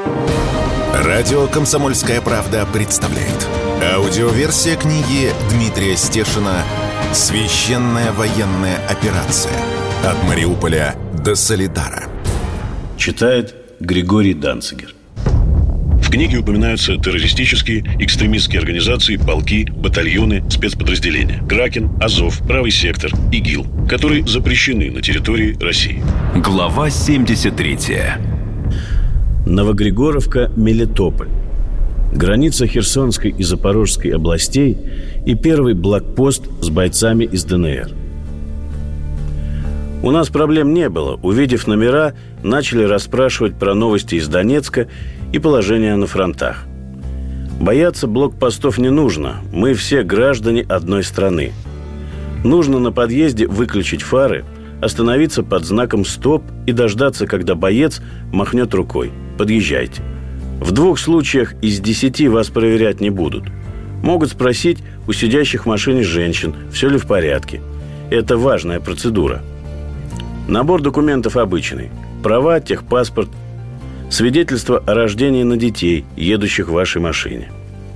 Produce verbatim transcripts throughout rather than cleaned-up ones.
Радио «Комсомольская правда» представляет. Аудиоверсия книги Дмитрия Стешина «Священная военная операция. От Мариуполя до Солидара». Читает Григорий Данцигер. В книге упоминаются террористические, экстремистские организации, полки, батальоны, спецподразделения «Кракен», «Азов», «Правый сектор», «ИГИЛ», которые запрещены на территории России. Глава семьдесят три. Новогригоровка, Мелитополь. Граница Херсонской и Запорожской областей и первый блокпост с бойцами из ДНР. У нас проблем не было. Увидев номера, начали расспрашивать про новости из Донецка и положение на фронтах. Бояться блокпостов не нужно. Мы все граждане одной страны. Нужно на подъезде выключить фары, остановиться под знаком «Стоп» и дождаться, когда боец махнет рукой. Подъезжайте. В двух случаях из десяти вас проверять не будут. Могут спросить у сидящих в машине женщин, все ли в порядке. Это важная процедура. Набор документов обычный. Права, техпаспорт, свидетельство о рождении на детей, едущих в вашей машине.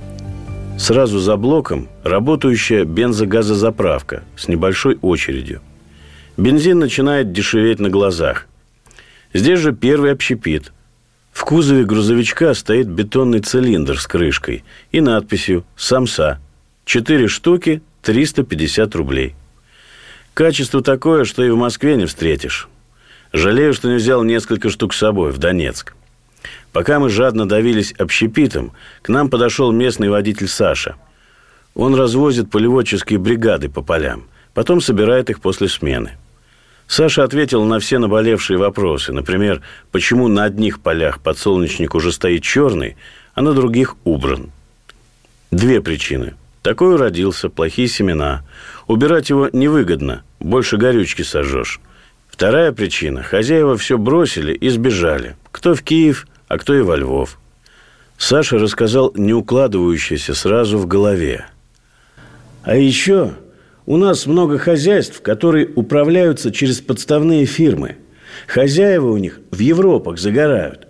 Сразу за блоком работающая бензогазозаправка с небольшой очередью. Бензин начинает дешеветь на глазах. Здесь же первый общепит. В кузове грузовичка стоит бетонный цилиндр с крышкой и надписью «Самса». Четыре штуки, триста пятьдесят рублей. Качество такое, что и в Москве не встретишь. Жалею, что не взял несколько штук с собой в Донецк. Пока мы жадно давились общепитом, к нам подошел местный водитель Саша. Он развозит полеводческие бригады по полям, потом собирает их после смены. Саша ответил на все наболевшие вопросы. Например, почему на одних полях подсолнечник уже стоит черный, а на других убран. Две причины. Такой уродился, плохие семена. Убирать его невыгодно, больше горючки сожжешь. Вторая причина. Хозяева все бросили и сбежали. Кто в Киев, а кто и во Львов. Саша рассказал не укладывающееся сразу в голове. А еще... У нас много хозяйств, которые управляются через подставные фирмы. Хозяева у них в Европах загорают.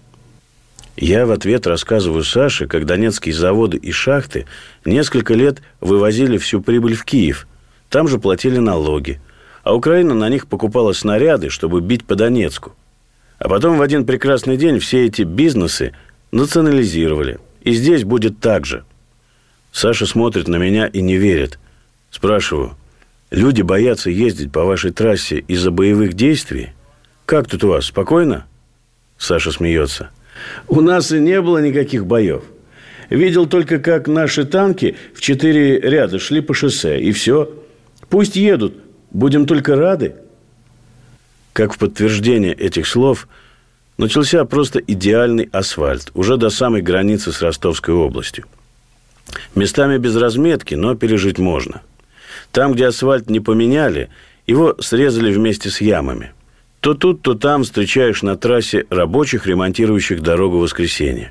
Я в ответ рассказываю Саше, как донецкие заводы и шахты несколько лет вывозили всю прибыль в Киев. Там же платили налоги. А Украина на них покупала снаряды, чтобы бить по Донецку. А потом в один прекрасный день все эти бизнесы национализировали. И здесь будет так же. Саша смотрит на меня и не верит. Спрашиваю, люди боятся ездить по вашей трассе из-за боевых действий? Как тут у вас, спокойно? Саша смеется. У нас и не было никаких боев. Видел только, как наши танки в четыре ряда шли по шоссе, и все. Пусть едут, будем только рады. Как в подтверждение этих слов, начался просто идеальный асфальт, уже до самой границы с Ростовской областью. Местами без разметки, но пережить можно. Там, где асфальт не поменяли, его срезали вместе с ямами. То тут, то там встречаешь на трассе рабочих, ремонтирующих дорогу в воскресенье.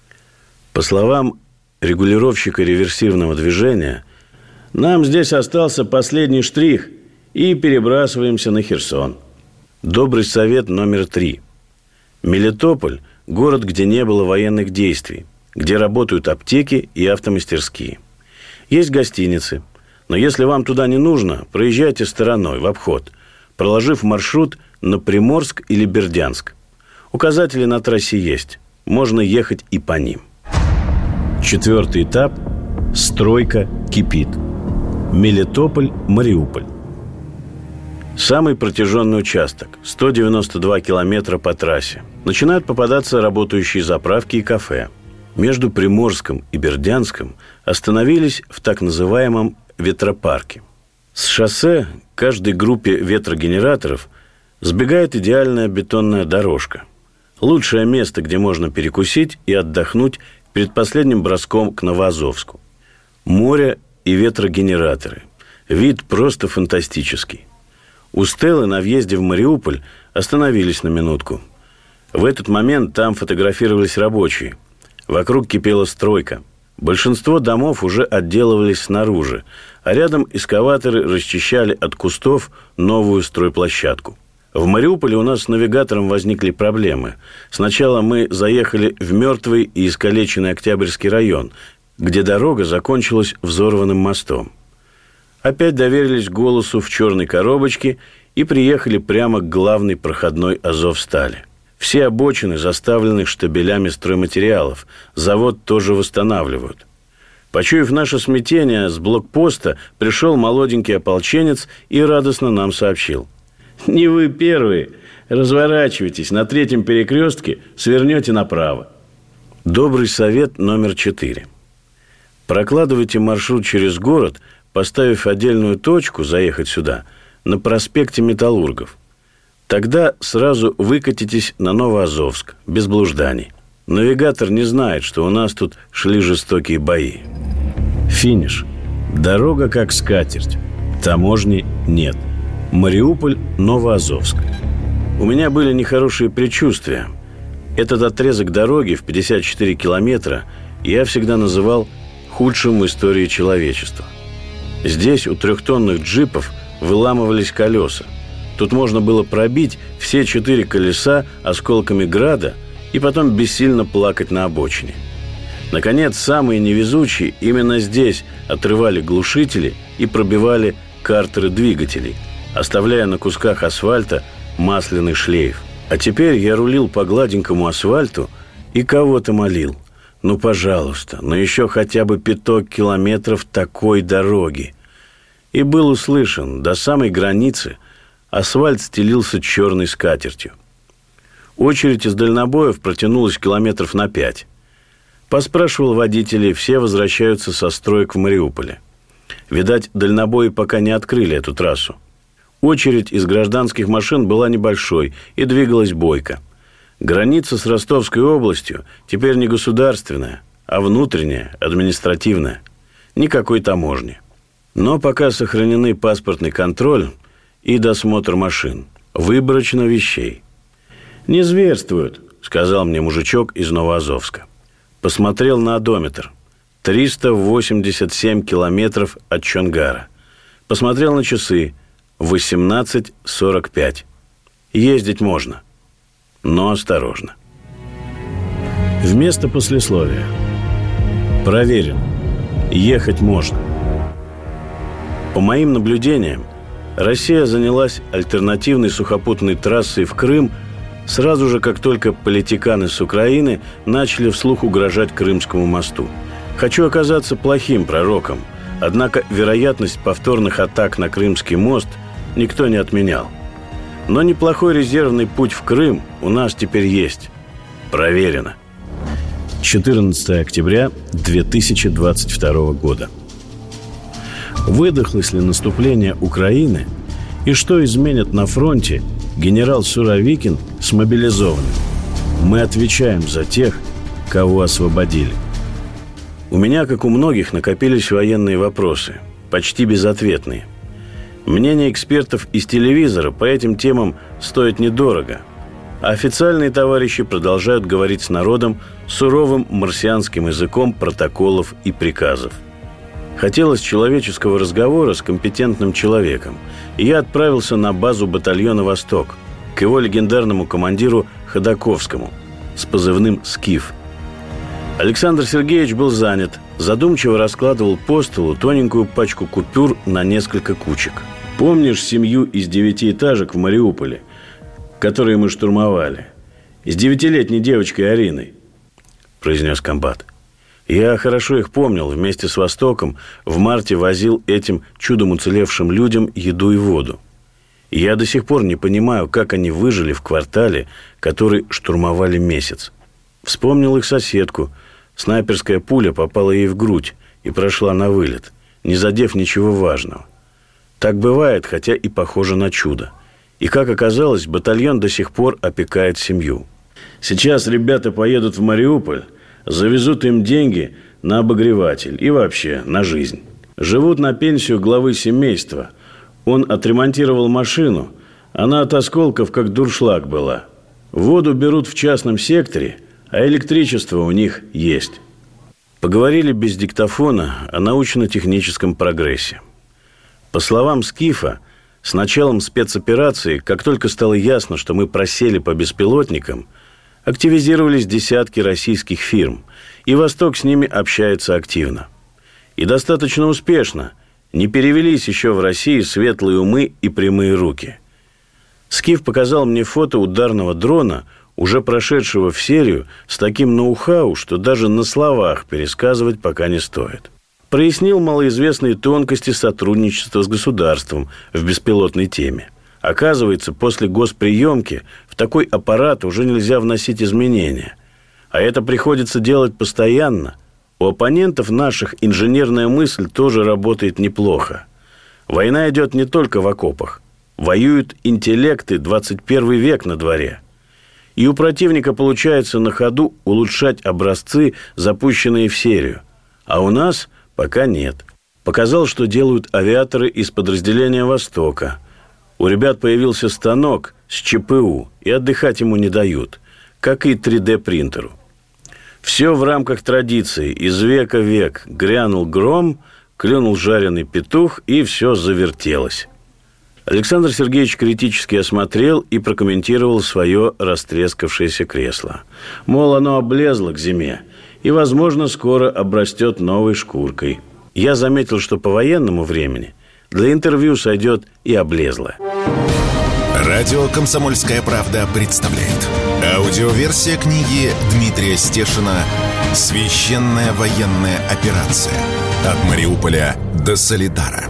По словам регулировщика реверсивного движения, нам здесь остался последний штрих, и перебрасываемся на Херсон. Добрый совет номер три. Мелитополь – город, где не было военных действий, где работают аптеки и автомастерские. Есть гостиницы. Но если вам туда не нужно, проезжайте стороной, в обход, проложив маршрут на Приморск или Бердянск. Указатели на трассе есть. Можно ехать и по ним. Четвертый этап. Стройка кипит. Мелитополь, Мариуполь. Самый протяженный участок. сто девяносто два километра по трассе. Начинают попадаться работающие заправки и кафе. Между Приморском и Бердянском остановились в так называемом ветропарке. С шоссе к каждой группе ветрогенераторов сбегает идеальная бетонная дорожка. Лучшее место, где можно перекусить и отдохнуть перед последним броском к Новоазовску. Море и ветрогенераторы. Вид просто фантастический. У Стеллы на въезде в Мариуполь остановились на минутку. В этот момент там фотографировались рабочие. Вокруг кипела стройка. Большинство домов уже отделывались снаружи, а рядом экскаваторы расчищали от кустов новую стройплощадку. В Мариуполе у нас с навигатором возникли проблемы. Сначала мы заехали в мертвый и искалеченный Октябрьский район, где дорога закончилась взорванным мостом. Опять доверились голосу в черной коробочке и приехали прямо к главной проходной Азовстали. Все обочины заставлены штабелями стройматериалов. Завод тоже восстанавливают. Почуяв наше смятение, с блокпоста пришел молоденький ополченец и радостно нам сообщил: «Не вы первые. Разворачивайтесь. На третьем перекрестке свернете направо». Добрый совет номер четыре. Прокладывайте маршрут через город, поставив отдельную точку, заехать сюда, на проспекте Металлургов. Тогда сразу выкатитесь на Новоазовск, без блужданий. Навигатор не знает, что у нас тут шли жестокие бои. Финиш. Дорога как скатерть. Таможни нет. Мариуполь, Новоазовск. У меня были нехорошие предчувствия. Этот отрезок дороги в пятьдесят четыре километра я всегда называл худшим в истории человечества. Здесь у трехтонных джипов выламывались колеса. Тут можно было пробить все четыре колеса осколками града и потом бессильно плакать на обочине. Наконец, самые невезучие именно здесь отрывали глушители и пробивали картеры двигателей, оставляя на кусках асфальта масляный шлейф. А теперь я рулил по гладенькому асфальту и кого-то молил: ну, пожалуйста, ну еще хотя бы пяток километров такой дороги. И был услышан: до самой границы асфальт стелился черной скатертью. Очередь из дальнобоев протянулась километров на пять. Поспрашивал водителей, все возвращаются со строек в Мариуполе. Видать, дальнобои пока не открыли эту трассу. Очередь из гражданских машин была небольшой и двигалась бойко. Граница с Ростовской областью теперь не государственная, а внутренняя, административная. Никакой таможни. Но пока сохранены паспортный контроль и досмотр машин. Выборочно вещей. «Не зверствуют», — сказал мне мужичок из Новоазовска. Посмотрел на одометр. триста восемьдесят семь километров от Чонгара. Посмотрел на часы. восемнадцать сорок пять. Ездить можно, но осторожно. Вместо послесловия. Проверен. Ехать можно. По моим наблюдениям, Россия занялась альтернативной сухопутной трассой в Крым сразу же, как только политиканы с Украины начали вслух угрожать Крымскому мосту. Хочу оказаться плохим пророком, однако вероятность повторных атак на Крымский мост никто не отменял. Но неплохой резервный путь в Крым у нас теперь есть. Проверено. четырнадцатое октября две тысячи двадцать второго года. Выдохлось ли наступление Украины и что изменят на фронте генерал Суровикин с мобилизованным? Мы отвечаем за тех, кого освободили. У меня, как у многих, накопились военные вопросы, почти безответные. Мнение экспертов из телевизора по этим темам стоит недорого, а официальные товарищи продолжают говорить с народом суровым марсианским языком протоколов и приказов. Хотелось человеческого разговора с компетентным человеком, и я отправился на базу батальона «Восток» к его легендарному командиру Ходаковскому с позывным «Скиф». Александр Сергеевич был занят, задумчиво раскладывал по столу тоненькую пачку купюр на несколько кучек. «Помнишь семью из девятиэтажек в Мариуполе, которые мы штурмовали? С девятилетней девочкой Ариной?» – произнес комбат. Я хорошо их помнил. Вместе с «Востоком» в марте возил этим чудом уцелевшим людям еду и воду. И я до сих пор не понимаю, как они выжили в квартале, который штурмовали месяц. Вспомнил их соседку. Снайперская пуля попала ей в грудь и прошла на вылет, не задев ничего важного. Так бывает, хотя и похоже на чудо. И, как оказалось, батальон до сих пор опекает семью. Сейчас ребята поедут в Мариуполь, завезут им деньги на обогреватель и вообще на жизнь. Живут на пенсию главы семейства. Он отремонтировал машину, она от осколков как дуршлаг была. Воду берут в частном секторе, а электричество у них есть. Поговорили без диктофона о научно-техническом прогрессе. По словам Скифа, С началом спецоперации, как только стало ясно, что мы просели по беспилотникам, активизировались десятки российских фирм, и Восток с ними общается активно. И достаточно успешно. Не перевелись еще в России светлые умы и прямые руки. Скиф показал мне фото ударного дрона, уже прошедшего в серию, с таким ноу-хау, что даже на словах пересказывать пока не стоит. Прояснил малоизвестные тонкости сотрудничества с государством в беспилотной теме. Оказывается, после госприемки в такой аппарат уже нельзя вносить изменения. А это приходится делать постоянно. У оппонентов наших инженерная мысль тоже работает неплохо. Война идет не только в окопах. Воюют интеллекты, двадцать первый век на дворе. И у противника получается на ходу улучшать образцы, запущенные в серию. А у нас пока нет. Показал, что делают авиаторы из подразделения «Востока». У ребят появился станок с ЧПУ, и отдыхать ему не дают, как и три дэ принтеру. Все в рамках традиции. Из века в век грянул гром, клюнул жареный петух, и все завертелось. Александр Сергеевич критически осмотрел и прокомментировал свое растрескавшееся кресло. Мол, оно облезло к зиме и, возможно, скоро обрастет новой шкуркой. Я заметил, что по военному времени для интервью сойдет и облезло. Радио «Комсомольская правда» представляет. Аудиоверсия книги Дмитрия Стешина «Священная военная операция. От Мариуполя до Солидара».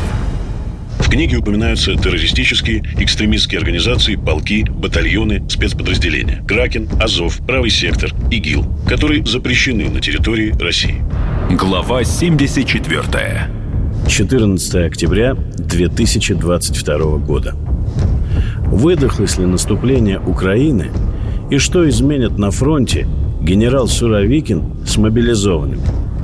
В книге упоминаются террористические, экстремистские организации, полки, батальоны, спецподразделения. Кракен, Азов, Правый сектор, ИГИЛ, которые запрещены на территории России. Глава семьдесят четвертая. четырнадцатого октября две тысячи двадцать второго года. Выдохлось ли наступление Украины и что изменит на фронте генерал Суровикин с мобилизованными?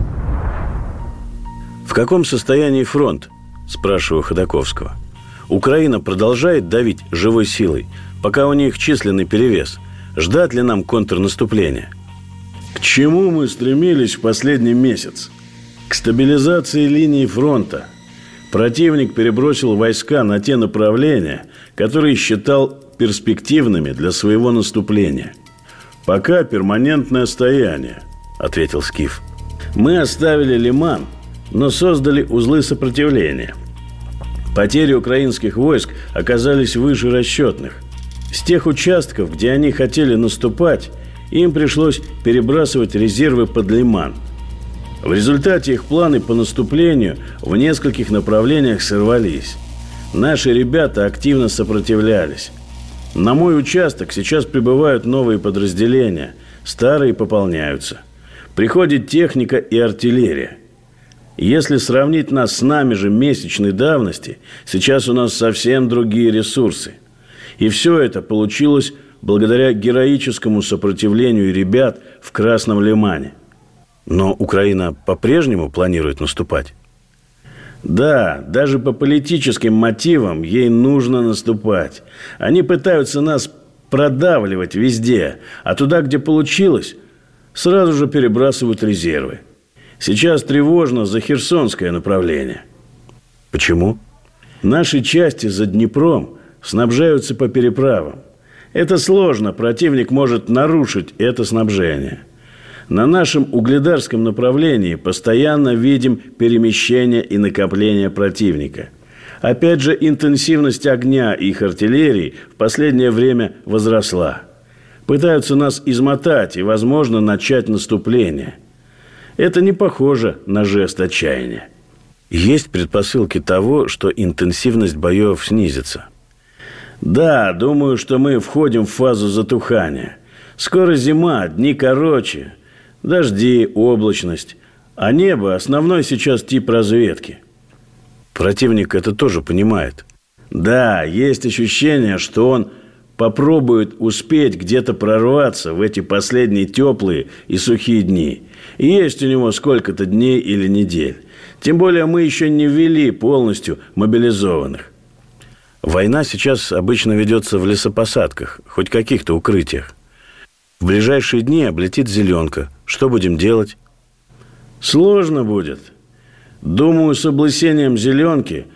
В каком состоянии фронт? Спрашиваю Ходаковского. Украина продолжает давить живой силой, пока у них численный перевес. Ждать ли нам контрнаступления? К чему мы стремились в последний месяц? К стабилизации линии фронта. Противник перебросил войска на те направления, которые считал перспективными для своего наступления. «Пока перманентное стояние», — ответил Скиф. «Мы оставили Лиман, но создали узлы сопротивления. Потери украинских войск оказались выше расчетных. С тех участков, где они хотели наступать, им пришлось перебрасывать резервы под Лиман. В результате их планы по наступлению в нескольких направлениях сорвались. Наши ребята активно сопротивлялись. На мой участок сейчас прибывают новые подразделения, старые пополняются. Приходит техника и артиллерия. Если сравнить нас с нами же месячной давности, сейчас у нас совсем другие ресурсы. И все это получилось благодаря героическому сопротивлению ребят в Красном Лимане. Но Украина по-прежнему планирует наступать? Да, даже по политическим мотивам ей нужно наступать. Они пытаются нас продавливать везде, а туда, где получилось, сразу же перебрасывают резервы. Сейчас тревожно за Херсонское направление. Почему? Наши части за Днепром снабжаются по переправам. Это сложно, противник может нарушить это снабжение. На нашем угледарском направлении постоянно видим перемещение и накопление противника. Опять же, интенсивность огня их артиллерии в последнее время возросла. Пытаются нас измотать и, возможно, начать наступление. Это не похоже на жест отчаяния. Есть предпосылки того, что интенсивность боев снизится. Да, думаю, что мы входим в фазу затухания. Скоро зима, дни короче, дожди, облачность. А небо – основной сейчас тип разведки. Противник это тоже понимает. Да, есть ощущение, что он попробует успеть где-то прорваться в эти последние теплые и сухие дни. И есть у него сколько-то дней или недель. Тем более мы еще не ввели полностью мобилизованных. Война сейчас обычно ведется в лесопосадках, хоть каких-то укрытиях. В ближайшие дни облетит зеленка. Что будем делать? Сложно будет. Думаю, с облысением зеленки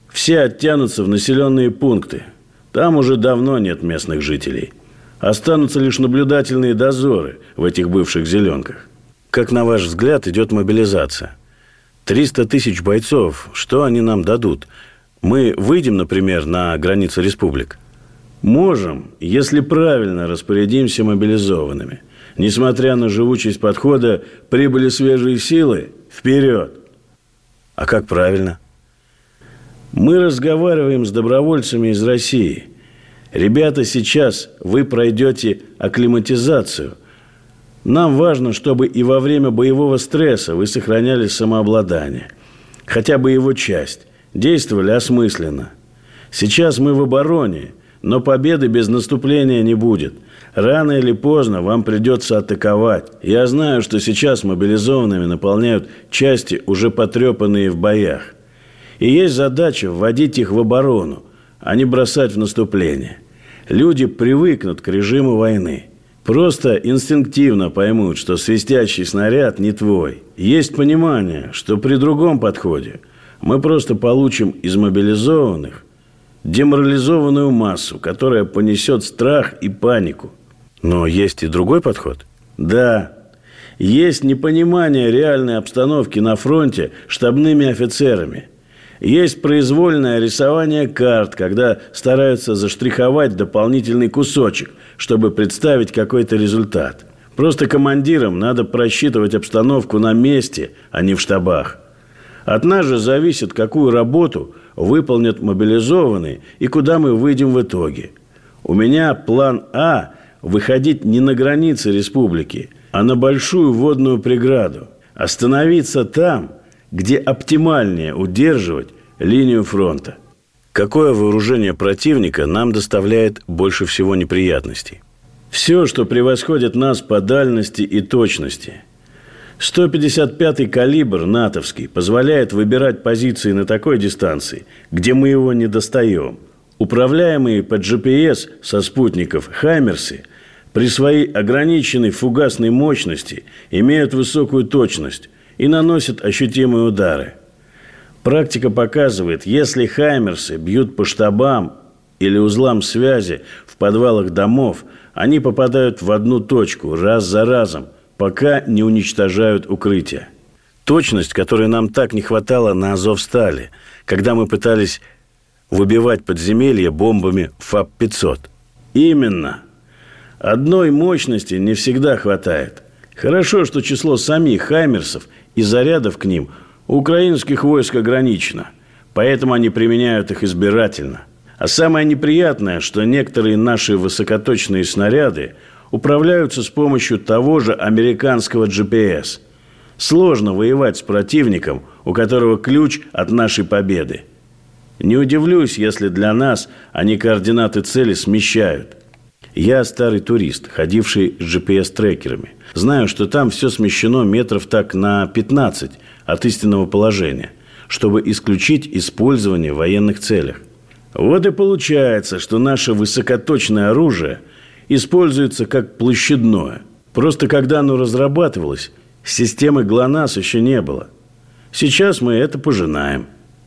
Все оттянутся в населенные пункты. Там уже давно нет местных жителей. Останутся лишь наблюдательные дозоры в этих бывших зеленках. Как, на ваш взгляд, идет мобилизация? триста тысяч бойцов. Что они нам дадут? Мы выйдем, например, на границы республик? Можем, если правильно распорядимся мобилизованными. Несмотря на живучесть подхода, прибыли свежие силы – вперед! А как правильно? Мы разговариваем с добровольцами из России. Ребята, сейчас вы пройдете акклиматизацию. Нам важно, чтобы и во время боевого стресса вы сохраняли самообладание. Хотя бы его часть. Действовали осмысленно. Сейчас мы в обороне, но победы без наступления не будет. Рано или поздно вам придется атаковать. Я знаю, что сейчас мобилизованными наполняют части, уже потрепанные в боях. И есть задача вводить их в оборону, а не бросать в наступление. Люди привыкнут к режиму войны. Просто инстинктивно поймут, что свистящий снаряд не твой. Есть понимание, что при другом подходе мы просто получим из мобилизованных деморализованную массу, которая понесет страх и панику. Но есть и другой подход? Да. Есть непонимание реальной обстановки на фронте штабными офицерами. Есть произвольное рисование карт, когда стараются заштриховать дополнительный кусочек, чтобы представить какой-то результат. Просто командирам надо просчитывать обстановку на месте, а не в штабах. От нас же зависит, какую работу выполнят мобилизованные и куда мы выйдем в итоге. У меня план А – выходить не на границы республики, а на большую водную преграду. Остановиться там, где оптимальнее удерживать линию фронта. Какое вооружение противника нам доставляет больше всего неприятностей? Все, что превосходит нас по дальности и точности. сто пятьдесят пятый калибр натовский позволяет выбирать позиции на такой дистанции, где мы его не достаем. Управляемые по джи пи эс со спутников «Хаймерсы» при своей ограниченной фугасной мощности имеют высокую точность и наносят ощутимые удары. Практика показывает, если «Хаймерсы» бьют по штабам или узлам связи в подвалах домов, они попадают в одну точку раз за разом, пока не уничтожают укрытия. Точность, которой нам так не хватало на Азовстали, когда мы пытались выбивать подземелья бомбами ФАП пятьсот. Именно. Одной мощности не всегда хватает. Хорошо, что число самих «Хаймерсов» и зарядов к ним у украинских войск ограничено, поэтому они применяют их избирательно. А самое неприятное, что некоторые наши высокоточные снаряды управляются с помощью того же американского джи пи эс. Сложно воевать с противником, у которого ключ от нашей победы. Не удивлюсь, если для нас они координаты цели смещают. Я старый турист, ходивший с джи пи эс-трекерами. Знаю, что там все смещено метров так на пятнадцать от истинного положения, чтобы исключить использование в военных целях. Вот и получается, что наше высокоточное оружие используется как площадное. Просто когда оно разрабатывалось, системы ГЛОНАСС еще не было. Сейчас мы это пожинаем.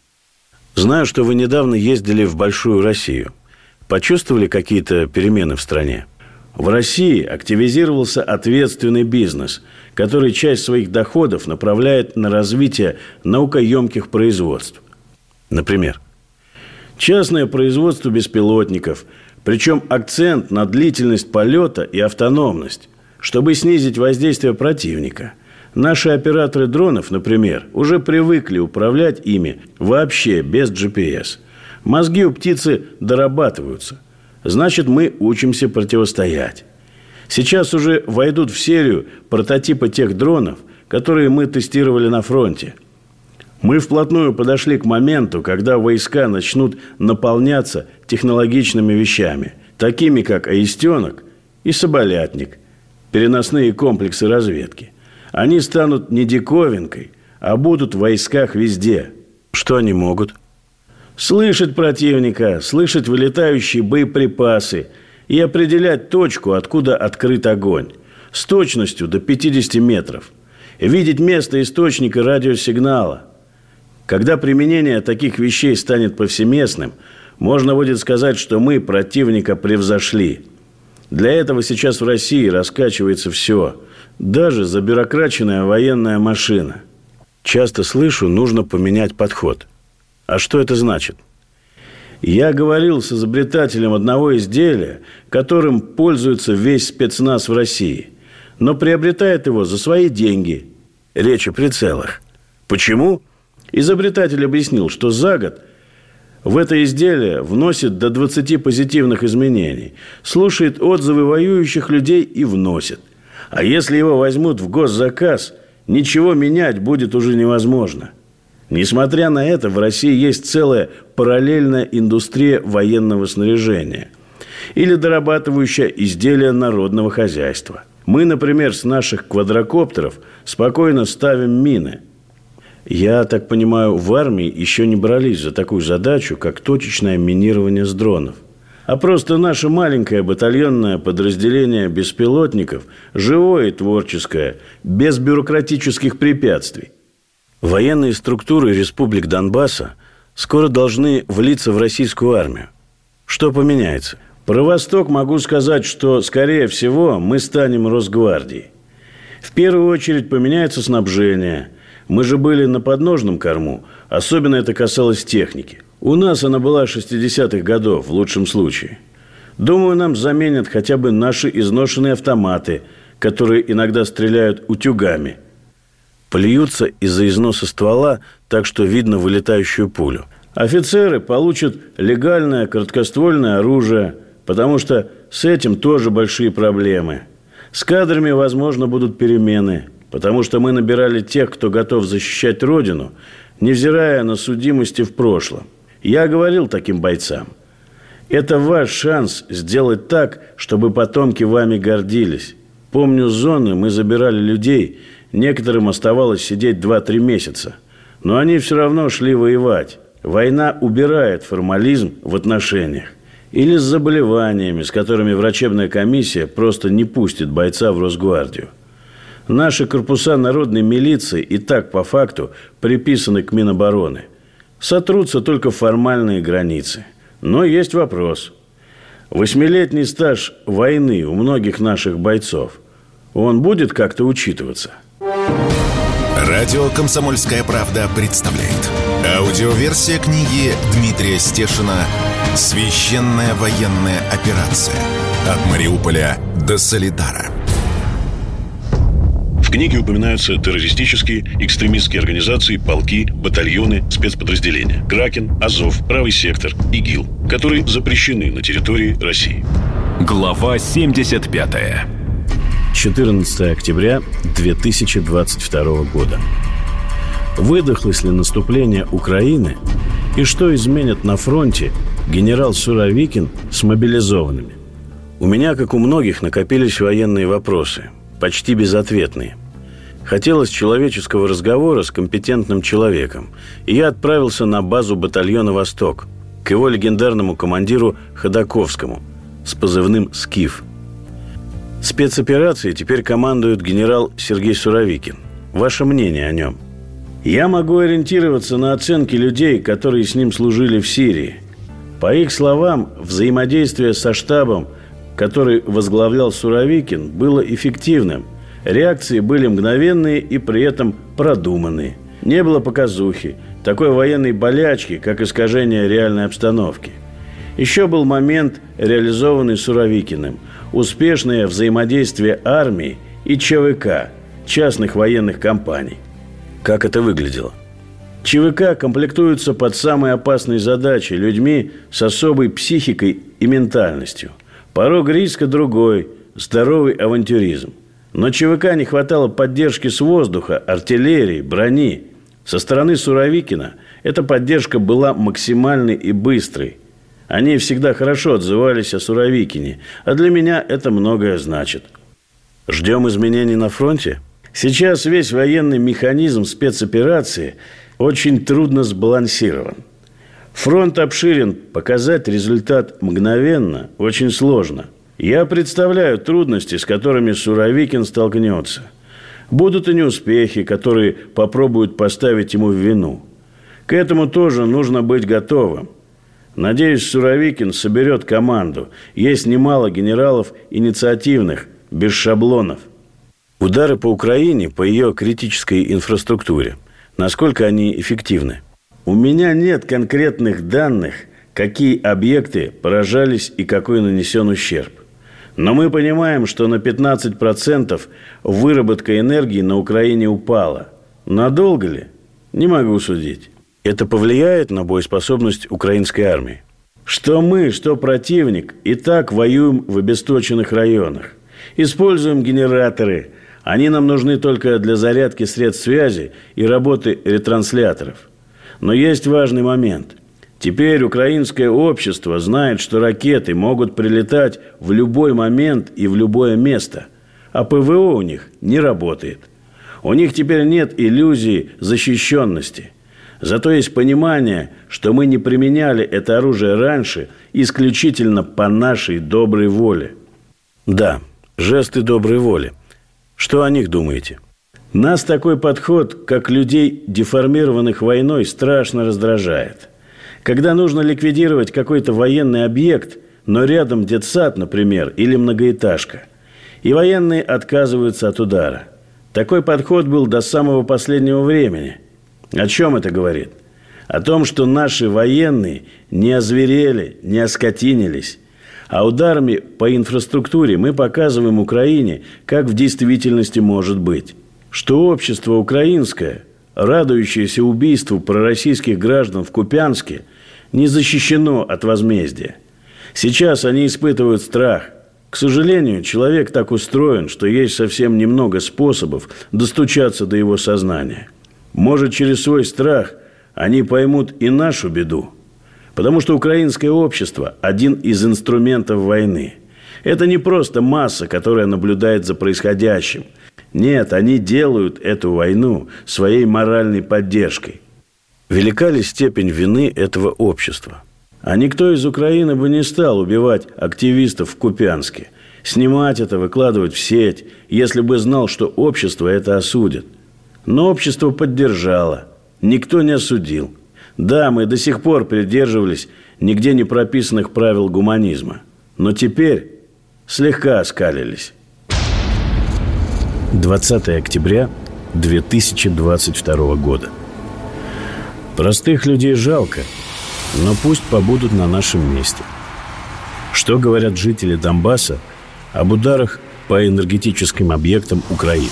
Знаю, что вы недавно ездили в Большую Россию. Почувствовали какие-то перемены в стране? В России активизировался ответственный бизнес, который часть своих доходов направляет на развитие наукоемких производств. Например, частное производство беспилотников, причем акцент на длительность полета и автономность, чтобы снизить воздействие противника. Наши операторы дронов, например, уже привыкли управлять ими вообще без джи пи эс. Мозги у птицы дорабатываются. Значит, мы учимся противостоять. Сейчас уже войдут в серию прототипы тех дронов, которые мы тестировали на фронте. Мы вплотную подошли к моменту, когда войска начнут наполняться технологичными вещами, такими как аистенок и соболятник, переносные комплексы разведки. Они станут не диковинкой, а будут в войсках везде. Что они могут? Слышать противника, слышать вылетающие боеприпасы и определять точку, откуда открыт огонь, с точностью до пятидесяти метров. Видеть место источника радиосигнала. Когда применение таких вещей станет повсеместным, можно будет сказать, что мы противника превзошли. Для этого сейчас в России раскачивается все, даже забюрокраченная военная машина. Часто слышу, нужно поменять подход. А что это значит? Я говорил с изобретателем одного изделия, которым пользуется весь спецназ в России, но приобретает его за свои деньги. Речь о прицелах. Почему? Изобретатель объяснил, что за год в это изделие вносит до двадцати позитивных изменений, слушает отзывы воюющих людей и вносит. А если его возьмут в госзаказ, ничего менять будет уже невозможно. Несмотря на это, в России есть целая параллельная индустрия военного снаряжения или дорабатывающая изделия народного хозяйства. Мы, например, с наших квадрокоптеров спокойно ставим мины. Я так понимаю, в армии еще не брались за такую задачу, как точечное минирование с дронов. А просто наше маленькое батальонное подразделение беспилотников живое и творческое, без бюрократических препятствий. Военные структуры республик Донбасса скоро должны влиться в российскую армию. Что поменяется? Про Восток могу сказать, что, скорее всего, мы станем Росгвардией. В первую очередь поменяется снабжение. Мы же были на подножном корму. Особенно это касалось техники. У нас она была шестидесятых годов, в лучшем случае. Думаю, нам заменят хотя бы наши изношенные автоматы, которые иногда стреляют утюгами. Плюются из-за износа ствола, так что видно вылетающую пулю. Офицеры получат легальное короткоствольное оружие, потому что с этим тоже большие проблемы. С кадрами, возможно, будут перемены, потому что мы набирали тех, кто готов защищать Родину, невзирая на судимости в прошлом. Я говорил таким бойцам: это ваш шанс сделать так, чтобы потомки вами гордились. Помню, с зоны мы забирали людей, некоторым оставалось сидеть два-три месяца. Но они все равно шли воевать. Война убирает формализм в отношениях. Или с заболеваниями, с которыми врачебная комиссия просто не пустит бойца в Росгвардию. Наши корпуса народной милиции и так по факту приписаны к Минобороны. Сотрутся только формальные границы. Но есть вопрос. Восьмилетний стаж войны у многих наших бойцов, он будет как-то учитываться? Радио «Комсомольская правда» представляет аудиоверсия книги Дмитрия Стешина «Священная военная операция. От Мариуполя до Солидара». В книге упоминаются террористические, экстремистские организации, полки, батальоны, спецподразделения. Кракен, Азов, Правый сектор, ИГИЛ, которые запрещены на территории России. Глава семьдесят пятая. четырнадцатого октября две тысячи двадцать второго года. Выдохлось ли наступление Украины и что изменят на фронте генерал Суровикин с мобилизованными? У меня, как у многих, накопились военные вопросы, почти безответные. Хотелось человеческого разговора с компетентным человеком, и я отправился на базу батальона «Восток» к его легендарному командиру Ходаковскому с позывным «Скиф». Спецоперацией теперь командует генерал Сергей Суровикин. Ваше мнение о нем? Я могу ориентироваться на оценки людей, которые с ним служили в Сирии. По их словам, взаимодействие со штабом, который возглавлял Суровикин, было эффективным. Реакции были мгновенные и при этом продуманные. Не было показухи, такой военной болячки, как искажение реальной обстановки. Еще был момент, реализованный Суровикиным – успешное взаимодействие армии и ЧВК, частных военных компаний. Как это выглядело? ЧВК комплектуются под самые опасные задачи людьми с особой психикой и ментальностью. Порог риска другой – здоровый авантюризм. Но ЧВК не хватало поддержки с воздуха, артиллерии, брони. Со стороны Суровикина эта поддержка была максимальной и быстрой. Они всегда хорошо отзывались о Суровикине, а для меня это многое значит. Ждем изменений на фронте? Сейчас весь военный механизм спецоперации очень трудно сбалансирован. Фронт обширен, показать результат мгновенно очень сложно. Я представляю трудности, с которыми Суровикин столкнется. Будут и неуспехи, которые попробуют поставить ему в вину. К этому тоже нужно быть готовым. Надеюсь, Суровикин соберет команду. Есть немало генералов инициативных, без шаблонов. Удары по Украине, по ее критической инфраструктуре, насколько они эффективны? У меня нет конкретных данных, какие объекты поражались и какой нанесен ущерб. Но мы понимаем, что на пятнадцать процентов выработка энергии на Украине упала. Надолго ли? Не могу судить. Это повлияет на боеспособность украинской армии? Что мы, что противник, и так воюем в обесточенных районах. Используем генераторы. Они нам нужны только для зарядки средств связи и работы ретрансляторов. Но есть важный момент. Теперь украинское общество знает, что ракеты могут прилетать в любой момент и в любое место. А ПВО у них не работает. У них теперь нет иллюзии защищенности. Зато есть понимание, что мы не применяли это оружие раньше исключительно по нашей доброй воле. Да, жесты доброй воли. Что о них думаете? Нас такой подход, как людей, деформированных войной, страшно раздражает. Когда нужно ликвидировать какой-то военный объект, но рядом детсад, например, или многоэтажка, и военные отказываются от удара. Такой подход был до самого последнего времени. О чем это говорит? О том, что наши военные не озверели, не оскотинились. А ударами по инфраструктуре мы показываем Украине, как в действительности может быть. Что общество украинское, радующееся убийству пророссийских граждан в Купянске, не защищено от возмездия. Сейчас они испытывают страх. К сожалению, человек так устроен, что есть совсем немного способов достучаться до его сознания. Может, через свой страх они поймут и нашу беду. Потому что украинское общество – один из инструментов войны. Это не просто масса, которая наблюдает за происходящим. Нет, они делают эту войну своей моральной поддержкой. Велика ли степень вины этого общества? А никто из Украины бы не стал убивать активистов в Купянске, снимать это, выкладывать в сеть, если бы знал, что общество это осудит. Но общество поддержало, никто не осудил. Да, мы до сих пор придерживались нигде не прописанных правил гуманизма, но теперь слегка оскалились. двадцатое октября две тысячи двадцать второго года. Простых людей жалко, но пусть побудут на нашем месте. Что говорят жители Донбасса об ударах по энергетическим объектам Украины?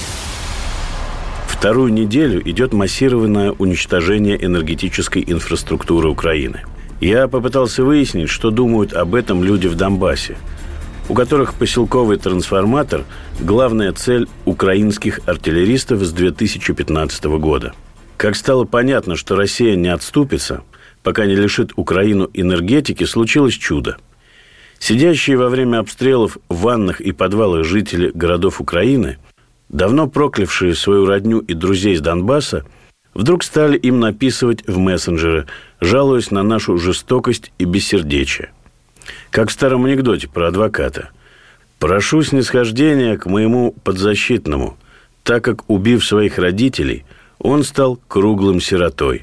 Вторую неделю идет массированное уничтожение энергетической инфраструктуры Украины. Я попытался выяснить, что думают об этом люди в Донбассе, у которых поселковый трансформатор – главная цель украинских артиллеристов с две тысячи пятнадцатого года. Как стало понятно, что Россия не отступится, пока не лишит Украину энергетики, случилось чудо. Сидящие во время обстрелов в ваннах и подвалах жители городов Украины, давно проклявшие свою родню и друзей с Донбасса, вдруг стали им написывать в мессенджеры, жалуясь на нашу жестокость и бессердечие. Как в старом анекдоте про адвоката. «Прошу снисхождения к моему подзащитному, так как, убив своих родителей, он стал круглым сиротой».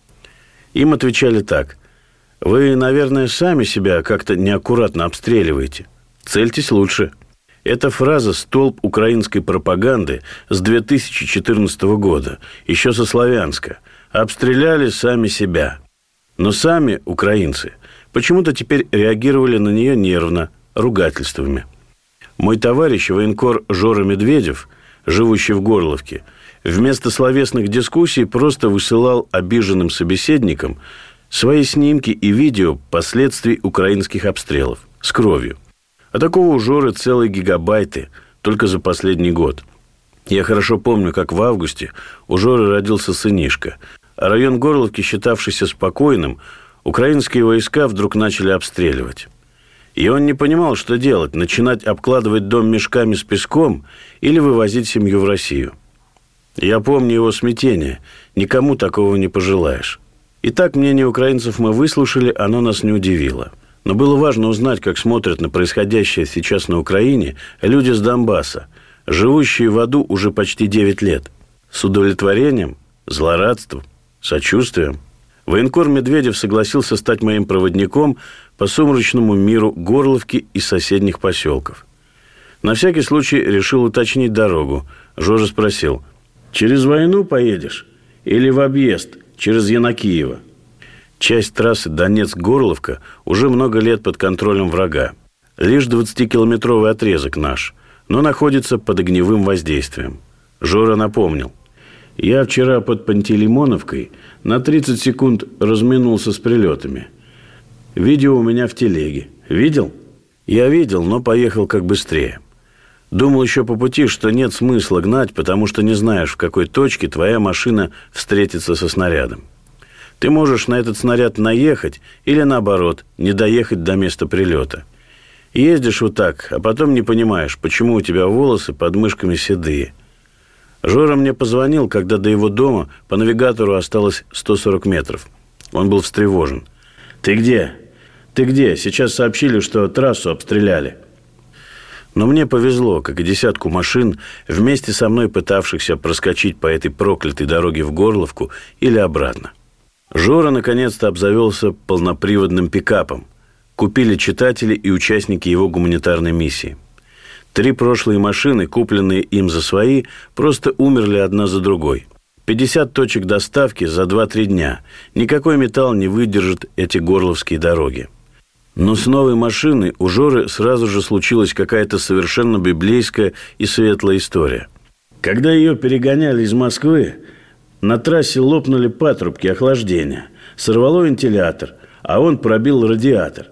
Им отвечали так: «Вы, наверное, сами себя как-то неаккуратно обстреливаете. Цельтесь лучше». Эта фраза – столб украинской пропаганды с две тысячи четырнадцатого года, еще со Славянска. Обстреляли сами себя. Но сами украинцы почему-то теперь реагировали на нее нервно, ругательствами. Мой товарищ, военкор Жора Медведев, живущий в Горловке, вместо словесных дискуссий просто высылал обиженным собеседникам свои снимки и видео последствий украинских обстрелов с кровью. А такого у Жоры целые гигабайты только за последний год. Я хорошо помню, как в августе у Жоры родился сынишка, а район Горловки, считавшийся спокойным, украинские войска вдруг начали обстреливать. И он не понимал, что делать – начинать обкладывать дом мешками с песком или вывозить семью в Россию. Я помню его смятение. Никому такого не пожелаешь. Итак, мнение украинцев мы выслушали, оно нас не удивило. Но было важно узнать, как смотрят на происходящее сейчас на Украине люди с Донбасса, живущие в аду уже почти девять лет. С удовлетворением, злорадством, сочувствием. Военкор Медведев согласился стать моим проводником по сумрачному миру Горловки и соседних поселков. На всякий случай решил уточнить дорогу. Жожа спросил: «Через войну поедешь или в объезд через Янакиево?» Часть трассы Донецк-Горловка уже много лет под контролем врага. Лишь двадцатикилометровый отрезок наш, но находится под огневым воздействием. Жора напомнил: «Я вчера под Пантелеймоновкой на тридцать секунд разминулся с прилетами. Видео у меня в телеге. Видел?» «Я видел, но поехал как быстрее. Думал еще по пути, что нет смысла гнать, потому что не знаешь, в какой точке твоя машина встретится со снарядом. Ты можешь на этот снаряд наехать или, наоборот, не доехать до места прилета. Ездишь вот так, а потом не понимаешь, почему у тебя волосы под мышками седые». Жора мне позвонил, когда до его дома по навигатору осталось сто сорок метров. Он был встревожен. «Ты где? Ты где? Сейчас сообщили, что трассу обстреляли». Но мне повезло, как и десятку машин, вместе со мной пытавшихся проскочить по этой проклятой дороге в Горловку или обратно. Жора наконец-то обзавелся полноприводным пикапом. Купили читатели и участники его гуманитарной миссии. Три прошлые машины, купленные им за свои, просто умерли одна за другой. пятьдесят точек доставки за два-три дня. Никакой металл не выдержит эти горловские дороги. Но с новой машиной у Жоры сразу же случилась какая-то совершенно библейская и светлая история. Когда ее перегоняли из Москвы, на трассе лопнули патрубки охлаждения, сорвало вентилятор, а он пробил радиатор.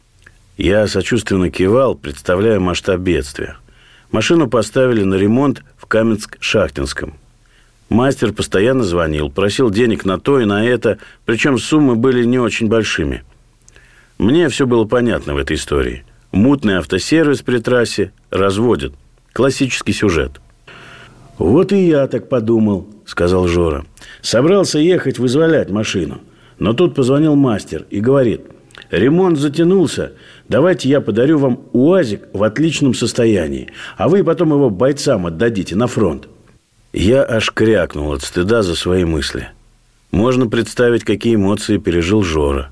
Я сочувственно кивал, представляя масштаб бедствия. Машину поставили на ремонт в Каменск-Шахтинском. Мастер постоянно звонил, просил денег на то и на это, причем суммы были не очень большими. Мне все было понятно в этой истории. Мутный автосервис при трассе разводят. Классический сюжет. «Вот и я так подумал», — сказал Жора. «Собрался ехать вызволять машину. Но тут позвонил мастер и говорит: ремонт затянулся, давайте я подарю вам УАЗик в отличном состоянии, а вы потом его бойцам отдадите на фронт». Я аж крякнул от стыда за свои мысли. Можно представить, какие эмоции пережил Жора.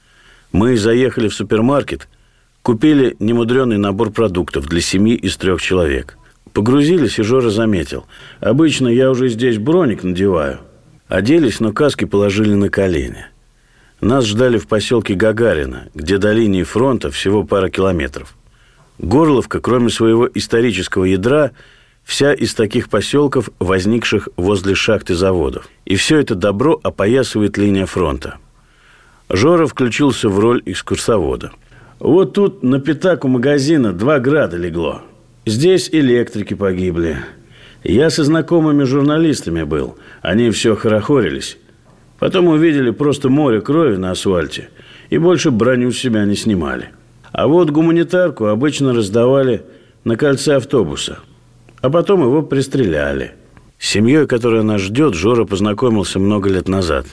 Мы заехали в супермаркет, купили немудренный набор продуктов для семьи из трех человек. Погрузились, и Жора заметил: обычно я уже здесь броник надеваю. Оделись, но каски положили на колени. Нас ждали в поселке Гагарина, где до линии фронта всего пара километров. Горловка, кроме своего исторического ядра, вся из таких поселков, возникших возле шахт и заводов. И все это добро опоясывает линия фронта. Жора включился в роль экскурсовода. «Вот тут на пятак у магазина два града легло. Здесь электрики погибли. Я со знакомыми журналистами был. Они все хорохорились. Потом увидели просто море крови на асфальте и больше броню с себя не снимали. А вот гуманитарку обычно раздавали на кольце автобуса. А потом его пристреляли». С семьей, которая нас ждет, Жора познакомился много лет назад.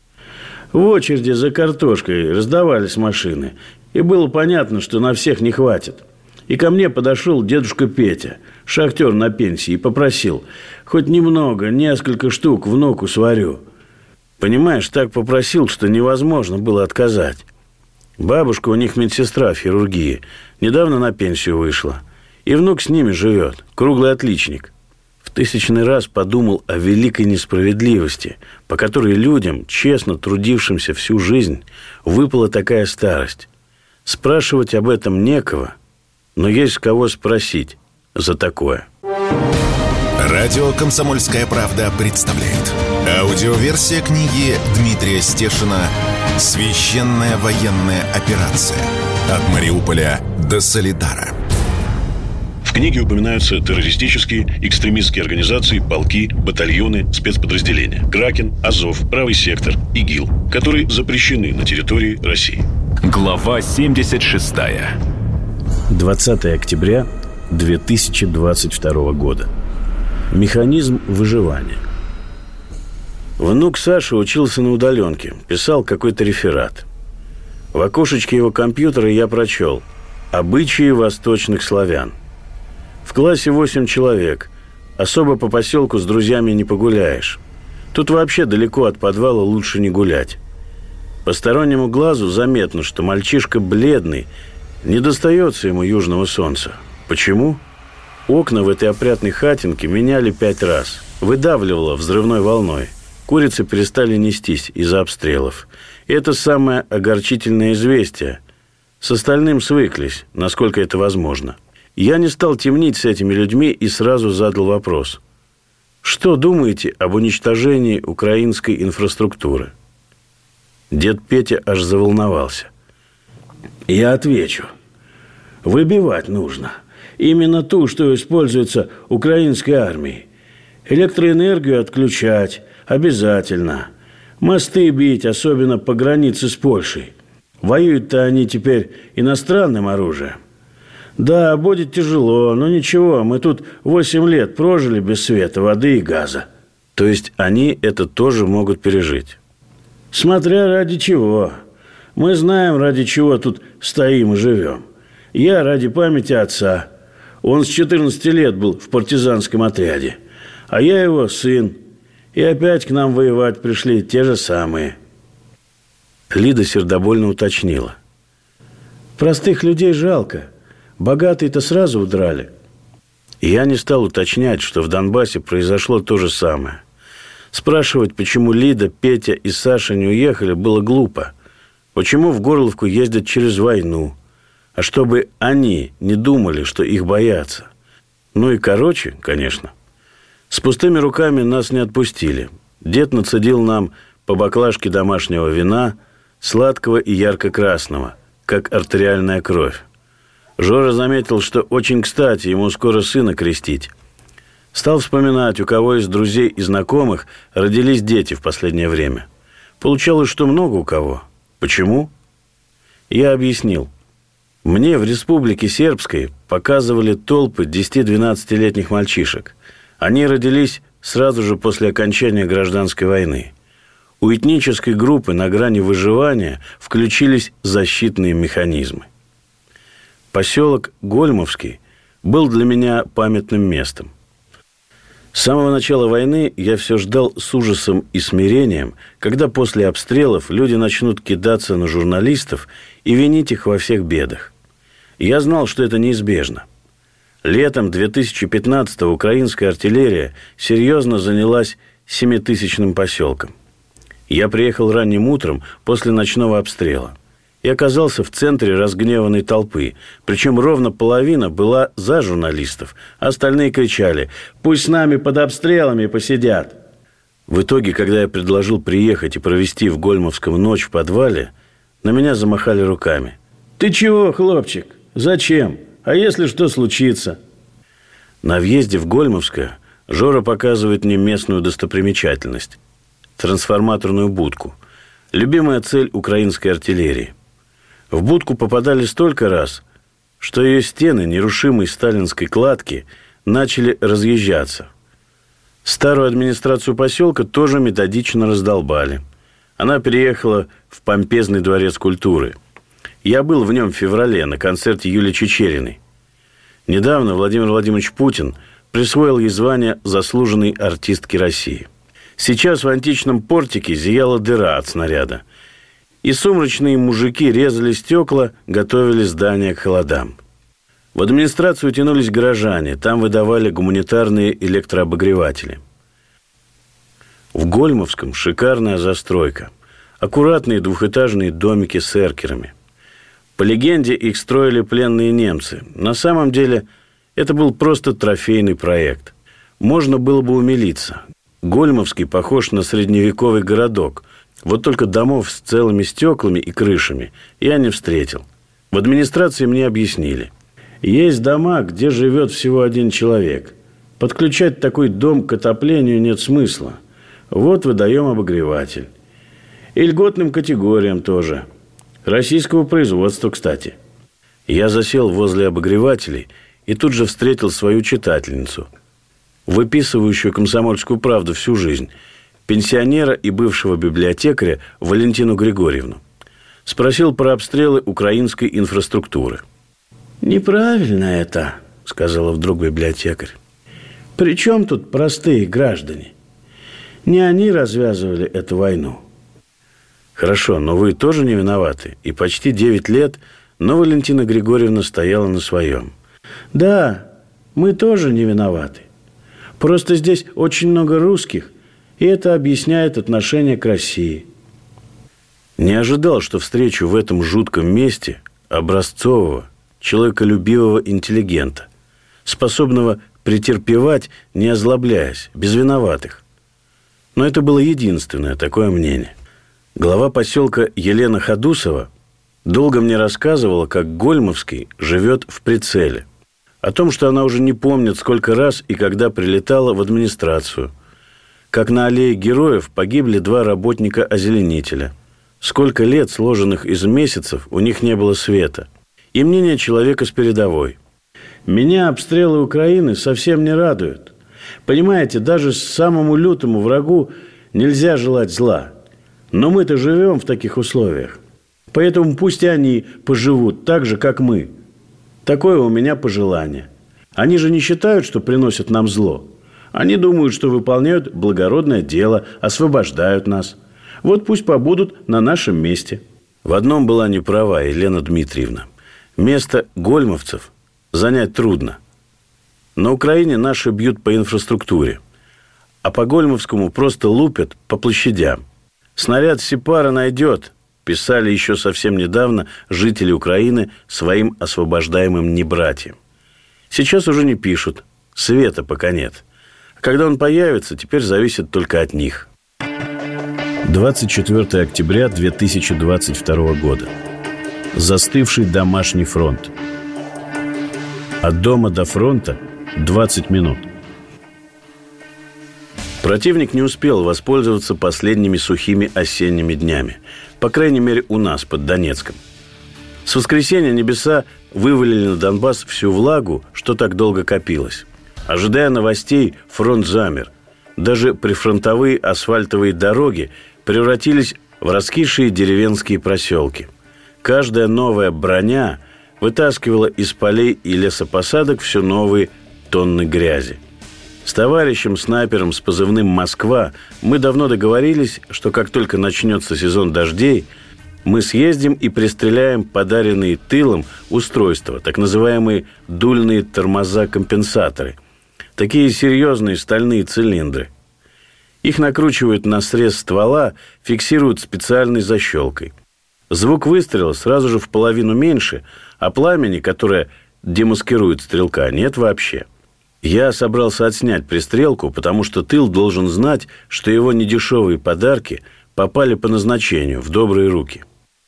В очереди за картошкой раздавались машины, и было понятно, что на всех не хватит. И ко мне подошел дедушка Петя, шахтер на пенсии, и попросил: хоть немного, несколько штук внуку сварю. Понимаешь, так попросил, что невозможно было отказать. Бабушка у них медсестра в хирургии, недавно на пенсию вышла. И внук с ними живет, круглый отличник. В тысячный раз подумал о великой несправедливости, по которой людям, честно трудившимся всю жизнь, выпала такая старость. Спрашивать об этом некого, но есть с кого спросить за такое. Радио «Комсомольская правда» представляет. Аудиоверсия книги Дмитрия Стешина «Священная военная операция. От Мариуполя до Солидара». В книге упоминаются террористические, экстремистские организации, полки, батальоны, спецподразделения. Кракен, Азов, Правый сектор, ИГИЛ, которые запрещены на территории России. Глава семьдесят шестая. двадцатое октября две тысячи двадцать второго года. Механизм выживания. Внук Саша учился на удаленке, писал какой-то реферат. В окошечке его компьютера я прочел: «Обычаи восточных славян». В классе восемь человек. Особо по поселку с друзьями не погуляешь. Тут вообще далеко от подвала лучше не гулять. Постороннему глазу заметно, что мальчишка бледный, не достается ему южного солнца. Почему? Окна в этой опрятной хатинке меняли пять раз. Выдавливало взрывной волной. Курицы перестали нестись из-за обстрелов. И это самое огорчительное известие. С остальным свыклись, насколько это возможно. Я не стал темнить с этими людьми и сразу задал вопрос. Что думаете об уничтожении украинской инфраструктуры? Дед Петя аж заволновался. Я отвечу. Выбивать нужно. Именно ту, что используется украинской армией. Электроэнергию отключать обязательно. Мосты бить, особенно по границе с Польшей. Воюют-то они теперь иностранным оружием. Да, будет тяжело, но ничего, мы тут восемь лет прожили без света, воды и газа. То есть они это тоже могут пережить? Смотря ради чего. Мы знаем, ради чего тут стоим и живем. Я ради памяти отца. Он с четырнадцати лет был в партизанском отряде. А я его сын. И опять к нам воевать пришли те же самые. Лида сердобольно уточнила. Простых людей жалко. Богатые-то сразу удрали. И я не стал уточнять, что в Донбассе произошло то же самое. Спрашивать, почему Лида, Петя и Саша не уехали, было глупо. Почему в Горловку ездят через войну? А чтобы они не думали, что их боятся. Ну и короче, конечно. С пустыми руками нас не отпустили. Дед нацедил нам по баклажке домашнего вина, сладкого и ярко-красного, как артериальная кровь. Жора заметил, что очень кстати ему скоро сына крестить. Стал вспоминать, у кого из друзей и знакомых родились дети в последнее время. Получалось, что много у кого. Почему? Я объяснил. Мне в Республике Сербской показывали толпы десяти-двенадцатилетних мальчишек. Они родились сразу же после окончания гражданской войны. У этнической группы на грани выживания включились защитные механизмы. Поселок Гольмовский был для меня памятным местом. С самого начала войны я все ждал с ужасом и смирением, когда после обстрелов люди начнут кидаться на журналистов и винить их во всех бедах. Я знал, что это неизбежно. Летом две тысячи пятнадцатого украинская артиллерия серьезно занялась семитысячным поселком. Я приехал ранним утром после ночного обстрела и оказался в центре разгневанной толпы. Причем ровно половина была за журналистов, а остальные кричали: «Пусть с нами под обстрелами посидят». В итоге, когда я предложил приехать и провести в Гольмовском ночь в подвале, на меня замахали руками. «Ты чего, хлопчик? Зачем? А если что случится?» На въезде в Гольмовское Жора показывает мне местную достопримечательность – трансформаторную будку. Любимая цель украинской артиллерии. В будку попадали столько раз, что ее стены нерушимой сталинской кладки начали разъезжаться. Старую администрацию поселка тоже методично раздолбали. Она переехала в помпезный дворец культуры. Я был в нем в феврале на концерте Юлии Чичериной. Недавно Владимир Владимирович Путин присвоил ей звание заслуженной артистки России. Сейчас в античном портике зияла дыра от снаряда. И сумрачные мужики резали стекла, готовили здание к холодам. В администрацию тянулись горожане, там выдавали гуманитарные электрообогреватели. В Гольмовском шикарная застройка. Аккуратные двухэтажные домики с эркерами. По легенде, их строили пленные немцы. На самом деле, это был просто трофейный проект. Можно было бы умилиться. Гольмовский похож на средневековый городок. Вот только домов с целыми стеклами и крышами я не встретил. В администрации мне объяснили. Есть дома, где живет всего один человек. Подключать такой дом к отоплению нет смысла. Вот выдаем обогреватель. И льготным категориям тоже. Российского производства, кстати. Я засел возле обогревателей и тут же встретил свою читательницу, выписывающую «Комсомольскую правду» всю жизнь, пенсионера и бывшего библиотекаря Валентину Григорьевну. Спросил про обстрелы украинской инфраструктуры. «Неправильно это», — сказала вдруг библиотекарь. «При чем тут простые граждане? Не они развязывали эту войну». Хорошо, но вы тоже не виноваты. И почти девять лет, но Валентина Григорьевна стояла на своем. Да, мы тоже не виноваты. Просто здесь очень много русских, и это объясняет отношение к России. Не ожидал, что встречу в этом жутком месте образцового, человеколюбивого интеллигента, способного претерпевать, не озлобляясь, без виноватых. Но это было единственное такое мнение. Глава поселка Елена Ходусова долго мне рассказывала, как Гольмовский живет в прицеле. О том, что она уже не помнит, сколько раз и когда прилетала в администрацию. Как на аллее Героев погибли два работника-озеленителя. Сколько лет, сложенных из месяцев, у них не было света. И мнение человека с передовой. Меня обстрелы Украины совсем не радуют. Понимаете, даже самому лютому врагу нельзя желать зла. Но мы-то живем в таких условиях. Поэтому пусть и они поживут так же, как мы. Такое у меня пожелание. Они же не считают, что приносят нам зло. Они думают, что выполняют благородное дело, освобождают нас. Вот пусть побудут на нашем месте. В одном была не права Елена Дмитриевна. Место гольмовцев занять трудно. На Украине наши бьют по инфраструктуре. А по Гольмовскому просто лупят по площадям. Снаряд Сепара найдет, писали еще совсем недавно жители Украины своим освобождаемым небратьям. Сейчас уже не пишут, света пока нет. А когда он появится, теперь зависит только от них. двадцать четвёртого октября две тысячи двадцать второго года. Застывший домашний фронт. От дома до фронта двадцать минут. Противник не успел воспользоваться последними сухими осенними днями. По крайней мере, у нас, под Донецком. С воскресенья небеса вывалили на Донбасс всю влагу, что так долго копилось. Ожидая новостей, фронт замер. Даже прифронтовые асфальтовые дороги превратились в раскисшие деревенские проселки. Каждая новая броня вытаскивала из полей и лесопосадок все новые тонны грязи. С товарищем снайпером с позывным «Москва» мы давно договорились, что как только начнется сезон дождей, мы съездим и пристреляем подаренные тылом устройства, так называемые дульные тормоза-компенсаторы. Такие серьезные стальные цилиндры. Их накручивают на срез ствола, фиксируют специальной защелкой. Звук выстрела сразу же в половину меньше, а пламени, которое демаскирует стрелка, нет вообще. Я собрался отснять пристрелку, потому что тыл должен знать, что его недешевые подарки попали по назначению, в добрые руки.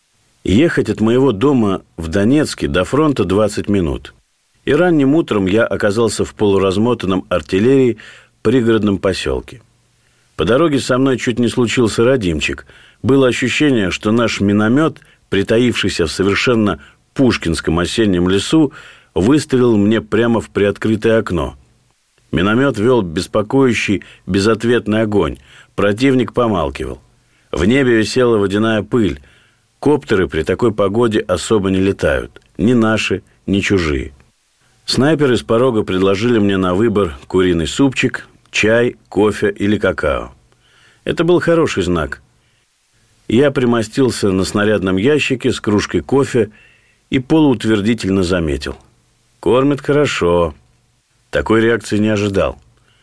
Ехать от моего дома в Донецке до фронта двадцать минут. И ранним утром я оказался в полуразмотанном артиллерией пригородном поселке. По дороге со мной чуть не случился родимчик. Было ощущение, что наш миномет, притаившийся в совершенно пушкинском осеннем лесу, выстрелил мне прямо в приоткрытое окно. Миномет вел беспокоящий, безответный огонь. Противник помалкивал. В небе висела водяная пыль. Коптеры при такой погоде особо не летают. Ни наши, ни чужие. Снайперы с порога предложили мне на выбор куриный супчик, чай, кофе или какао. Это был хороший знак. Я примостился на снарядном ящике с кружкой кофе и полуутвердительно заметил: кормят хорошо. Такой реакции не ожидал.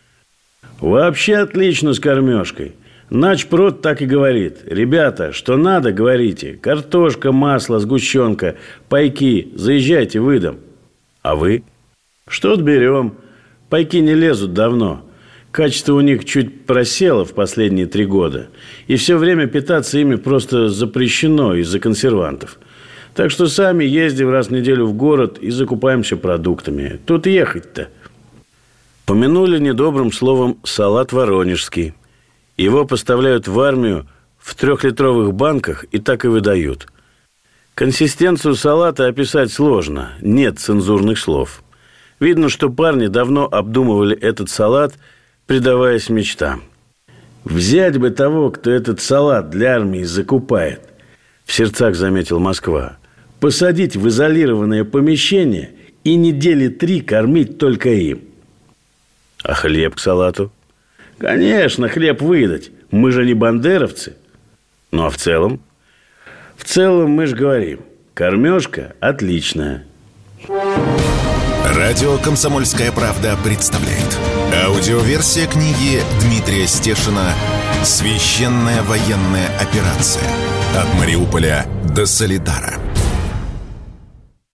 Вообще отлично с кормежкой. Начпрод так и говорит: ребята, что надо, говорите. Картошка, масло, сгущенка, пайки. Заезжайте, выдам. А вы? Что-то берем. Пайки не лезут давно. Качество у них чуть просело в последние три года. И все время питаться ими просто запрещено из-за консервантов. Так что сами ездим раз в неделю в город и закупаемся продуктами. Тут ехать-то. Помянули недобрым словом салат воронежский. Его поставляют в армию в трехлитровых банках и так и выдают. Консистенцию салата описать сложно. Нет цензурных слов. Видно, что парни давно обдумывали этот салат, предаваясь мечтам. Взять бы того, кто этот салат для армии закупает, в сердцах заметил Москва. Посадить в изолированное помещение и недели три кормить только им. А хлеб к салату? Конечно, хлеб выдать. Мы же не бандеровцы. Ну, а в целом? В целом мы же говорим, кормежка отличная. Радио «Комсомольская правда» представляет. Аудиоверсия книги Дмитрия Стешина «Священная военная операция. От Мариуполя до Солидара».